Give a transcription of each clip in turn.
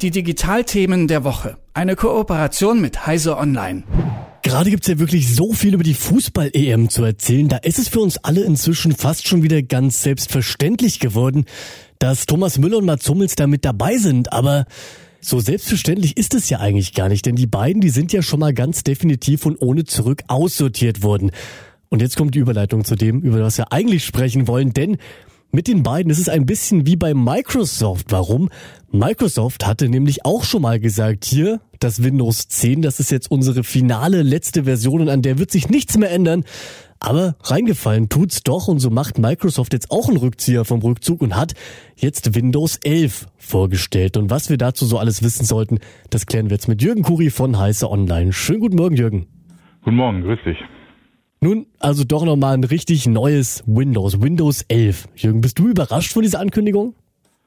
Die Digitalthemen der Woche. Eine Kooperation mit Heise Online. Gerade gibt's ja wirklich so viel über die Fußball-EM zu erzählen. Da ist es für uns alle inzwischen fast schon wieder ganz selbstverständlich geworden, dass Thomas Müller und Mats Hummels da mit dabei sind. Aber so selbstverständlich ist es ja eigentlich gar nicht, denn die beiden, die sind ja schon mal ganz definitiv und ohne zurück aussortiert worden. Und jetzt kommt die Überleitung zu dem, über was wir eigentlich sprechen wollen, denn mit den beiden ist es ein bisschen wie bei Microsoft. Warum? Microsoft hatte nämlich auch schon mal gesagt, hier, das Windows 10, das ist jetzt unsere finale, letzte Version und an der wird sich nichts mehr ändern. Aber reingefallen tut's doch und so macht Microsoft jetzt auch einen Rückzieher vom Rückzug und hat jetzt Windows 11 vorgestellt. Und was wir dazu so alles wissen sollten, das klären wir jetzt mit Jürgen Kuri von Heise Online. Schönen guten Morgen, Jürgen. Guten Morgen, grüß dich. Nun, also doch nochmal ein richtig neues Windows 11. Jürgen, bist du überrascht von dieser Ankündigung?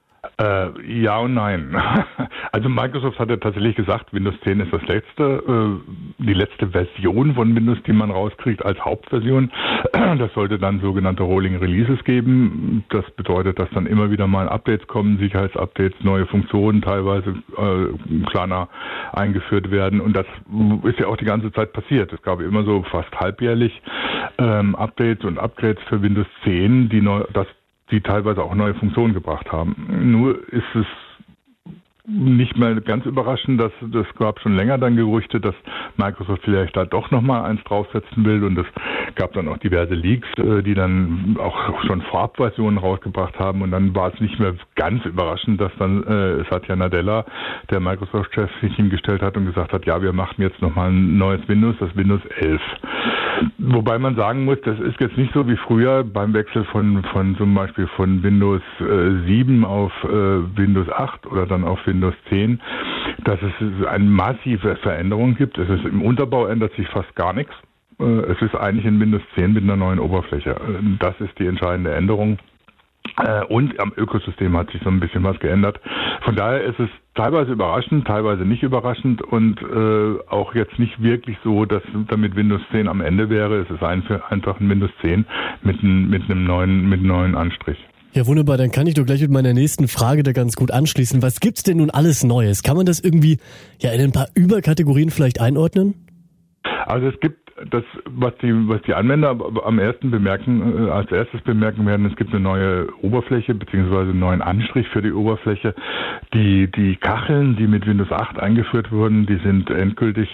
Ja und nein. Also Microsoft hat ja tatsächlich gesagt, Windows 10 ist das letzte, die letzte Version von Windows, die man rauskriegt als Hauptversion. Das sollte dann sogenannte Rolling Releases geben. Das bedeutet, dass dann immer wieder mal Updates kommen, Sicherheitsupdates, neue Funktionen teilweise kleiner eingeführt werden. Und das ist ja auch die ganze Zeit passiert. Es gab immer so fast halbjährlich Updates und Upgrades für Windows 10, die teilweise auch neue Funktionen gebracht haben. Nur ist es nicht mehr ganz überraschend, das gab schon länger dann Gerüchte, dass Microsoft vielleicht da doch nochmal eins draufsetzen will und es gab dann auch diverse Leaks, die dann auch schon Farbversionen rausgebracht haben und dann war es nicht mehr ganz überraschend, dass dann Satya Nadella, der Microsoft-Chef, sich hingestellt hat und gesagt hat, ja, wir machen jetzt nochmal ein neues Windows, das Windows 11. Wobei man sagen muss, das ist jetzt nicht so wie früher beim Wechsel von zum Beispiel von Windows 7 auf Windows 8 oder dann auf Windows 10, dass es eine massive Veränderung gibt. Im Unterbau ändert sich fast gar nichts. Es ist eigentlich in Windows 10 mit einer neuen Oberfläche. Das ist die entscheidende Änderung. Und am Ökosystem hat sich so ein bisschen was geändert. Von daher ist es teilweise überraschend, teilweise nicht überraschend und auch jetzt nicht wirklich so, dass damit Windows 10 am Ende wäre. Es ist einfach ein Windows 10 mit einem neuen Anstrich. Ja, wunderbar. Dann kann ich doch gleich mit meiner nächsten Frage da ganz gut anschließen. Was gibt's denn nun alles Neues? Kann man das irgendwie in ein paar Überkategorien vielleicht einordnen? Also es gibt das, was die Anwender als erstes bemerken werden, es gibt eine neue Oberfläche beziehungsweise einen neuen Anstrich für die Oberfläche. Die Kacheln, die mit Windows 8 eingeführt wurden, die sind endgültig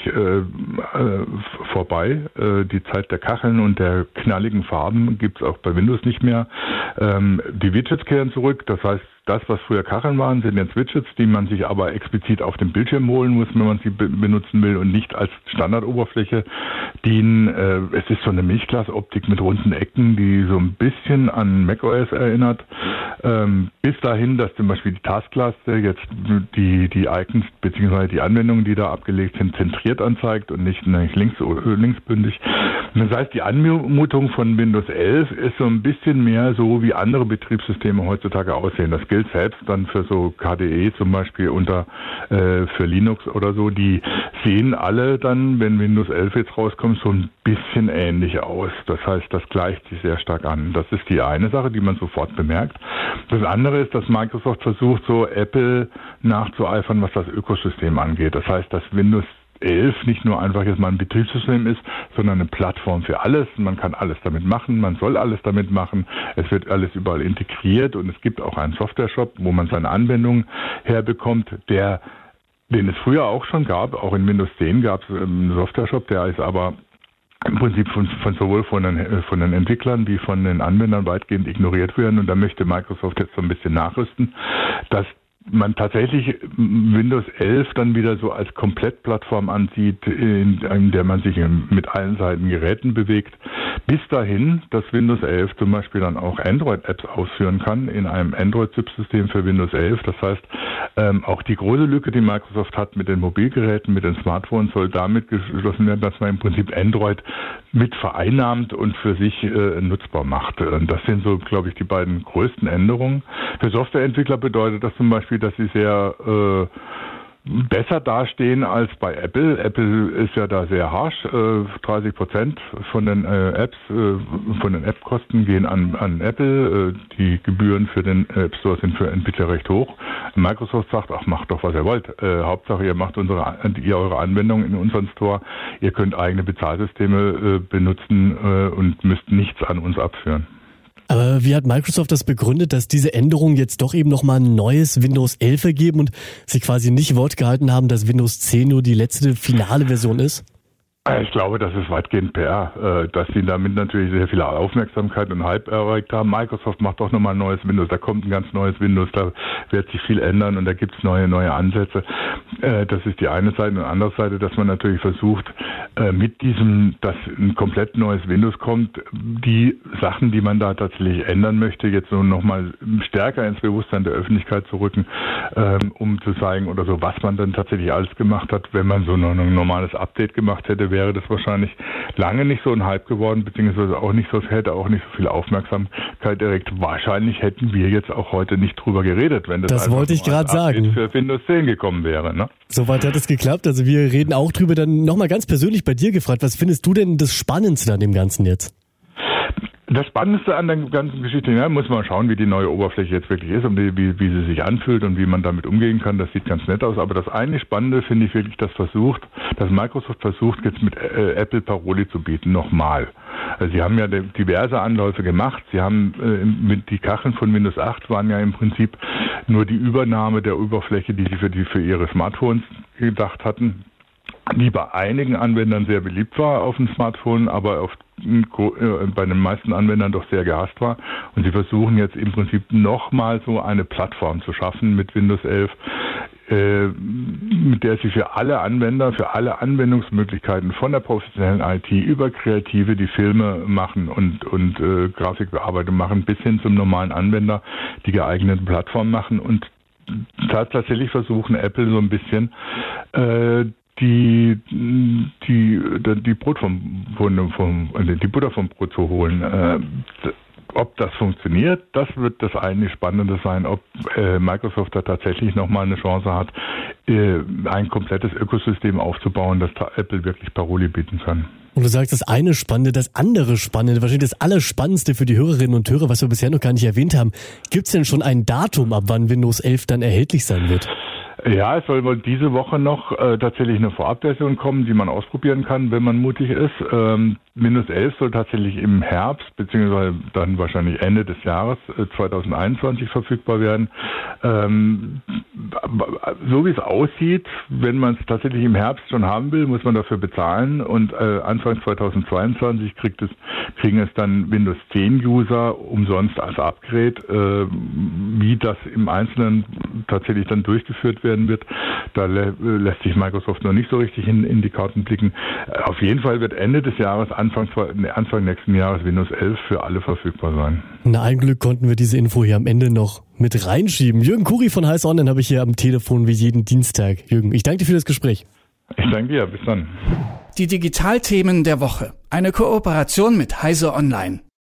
vorbei. Die Zeit der Kacheln und der knalligen Farben gibt es auch bei Windows nicht mehr. Die Widgets kehren zurück, das heißt, das, was früher Kacheln waren, sind jetzt Widgets, die man sich aber explizit auf dem Bildschirm holen muss, wenn man sie benutzen will und nicht als Standardoberfläche dienen. Es ist so eine Milchglasoptik mit runden Ecken, die so ein bisschen an macOS erinnert. Bis dahin, dass zum Beispiel die Taskleiste jetzt die Icons bzw. die Anwendungen, die da abgelegt sind, zentriert anzeigt und nicht linksbündig. Das heißt, die Anmutung von Windows 11 ist so ein bisschen mehr so, wie andere Betriebssysteme heutzutage aussehen. Das gilt selbst dann für so KDE zum Beispiel für Linux oder so. Die sehen alle dann, wenn Windows 11 jetzt rauskommt, so ein bisschen ähnlich aus. Das heißt, das gleicht sich sehr stark an. Das ist die eine Sache, die man sofort bemerkt. Das andere ist, dass Microsoft versucht, so Apple nachzueifern, was das Ökosystem angeht. Das heißt, dass Windows 11 nicht nur einfach jetzt mal ein Betriebssystem ist, sondern eine Plattform für alles. Man kann alles damit machen, man soll alles damit machen. Es wird alles überall integriert und es gibt auch einen Software-Shop, wo man seine Anwendungen herbekommt, den es früher auch schon gab. Auch in Windows 10 gab es einen Software-Shop, der ist aber im Prinzip sowohl von den Entwicklern wie von den Anwendern weitgehend ignoriert werden. Und da möchte Microsoft jetzt so ein bisschen nachrüsten, dass man tatsächlich Windows 11 dann wieder so als Komplettplattform ansieht, in der man sich mit allen Seiten Geräten bewegt. Bis dahin, dass Windows 11 zum Beispiel dann auch Android-Apps ausführen kann in einem Android-Subsystem für Windows 11. Das heißt, auch die große Lücke, die Microsoft hat mit den Mobilgeräten, mit den Smartphones, soll damit geschlossen werden, dass man im Prinzip Android mit vereinnahmt und für sich nutzbar macht. Das sind so, glaube ich, die beiden größten Änderungen. Für Softwareentwickler bedeutet das zum Beispiel, dass sie sehr besser dastehen als bei Apple. Apple ist ja da sehr harsch. 30% von den Apps, von den App-Kosten gehen an Apple. Die Gebühren für den App Store sind für Entwickler recht hoch. Microsoft sagt, ach, macht doch, was ihr wollt. Hauptsache, ihr macht eure Anwendung in unseren Store. Ihr könnt eigene Bezahlsysteme benutzen und müsst nichts an uns abführen. Aber wie hat Microsoft das begründet, dass diese Änderungen jetzt doch eben nochmal ein neues Windows 11 ergeben und sich quasi nicht Wort gehalten haben, dass Windows 10 nur die letzte finale Version ist? Ich glaube, das ist weitgehend PR, dass sie damit natürlich sehr viel Aufmerksamkeit und Hype erreicht haben. Microsoft macht doch nochmal ein neues Windows, da kommt ein ganz neues Windows, da wird sich viel ändern und da gibt es neue Ansätze. Das ist die eine Seite. Und die andere Seite, dass man natürlich versucht, mit diesem, dass ein komplett neues Windows kommt, die Sachen, die man da tatsächlich ändern möchte, jetzt so nochmal stärker ins Bewusstsein der Öffentlichkeit zu rücken, um zu zeigen oder so, was man dann tatsächlich alles gemacht hat. Wenn man so ein normales Update gemacht hätte, wäre das wahrscheinlich lange nicht so ein Hype geworden, beziehungsweise auch nicht so, hätte auch nicht so viel Aufmerksamkeit erregt. Wahrscheinlich hätten wir jetzt auch heute nicht drüber geredet, wenn das wollte ich gerade sagen, für Windows 10 gekommen wäre. Ne? Soweit hat es geklappt. Also wir reden auch drüber. Dann nochmal ganz persönlich bei dir gefragt, was findest du denn das Spannendste an dem Ganzen jetzt? Das Spannendste an der ganzen Geschichte, ja, muss man schauen, wie die neue Oberfläche jetzt wirklich ist und wie sie sich anfühlt und wie man damit umgehen kann. Das sieht ganz nett aus. Aber das eigentlich Spannende finde ich wirklich, dass Microsoft versucht, jetzt mit Apple Paroli zu bieten, nochmal. Also sie haben ja diverse Anläufe gemacht. Sie haben die Kacheln von Windows 8 waren ja im Prinzip nur die Übernahme der Oberfläche, die sie für ihre Smartphones gedacht hatten, die bei einigen Anwendern sehr beliebt war auf dem Smartphone, aber bei den meisten Anwendern doch sehr gehasst war. Und sie versuchen jetzt im Prinzip nochmal so eine Plattform zu schaffen mit Windows 11, mit der sie für alle Anwender, für alle Anwendungsmöglichkeiten von der professionellen IT über Kreative, die Filme machen und Grafikbearbeitung machen, bis hin zum normalen Anwender die geeigneten Plattformen machen und tatsächlich versuchen, Apple so ein bisschen die Butter vom Brot zu holen. Ob das funktioniert, das wird das eigentlich Spannende sein, ob Microsoft da tatsächlich nochmal eine Chance hat, ein komplettes Ökosystem aufzubauen, das Apple wirklich Paroli bieten kann. Und du sagst, das eine Spannende, das andere Spannende, wahrscheinlich das Allerspannendste für die Hörerinnen und Hörer, was wir bisher noch gar nicht erwähnt haben. Gibt es denn schon ein Datum, ab wann Windows 11 dann erhältlich sein wird? Ja, es soll wohl diese Woche noch tatsächlich eine Vorabversion kommen, die man ausprobieren kann, wenn man mutig ist. Windows 11 soll tatsächlich im Herbst, beziehungsweise dann wahrscheinlich Ende des Jahres 2021 verfügbar werden. So wie es aussieht, wenn man es tatsächlich im Herbst schon haben will, muss man dafür bezahlen und Anfang 2022 kriegen es dann Windows 10 User umsonst als Upgrade. Wie das im Einzelnen tatsächlich dann durchgeführt werden wird, da lässt sich Microsoft noch nicht so richtig in die Karten blicken. Auf jeden Fall wird Ende des Jahres, Anfang nächsten Jahres Windows 11 für alle verfügbar sein. Na, ein Glück konnten wir diese Info hier am Ende noch mit reinschieben. Jürgen Kuri von Heise Online habe ich hier am Telefon wie jeden Dienstag. Jürgen, ich danke dir für das Gespräch. Ich danke dir, bis dann. Die Digitalthemen der Woche. Eine Kooperation mit Heise Online.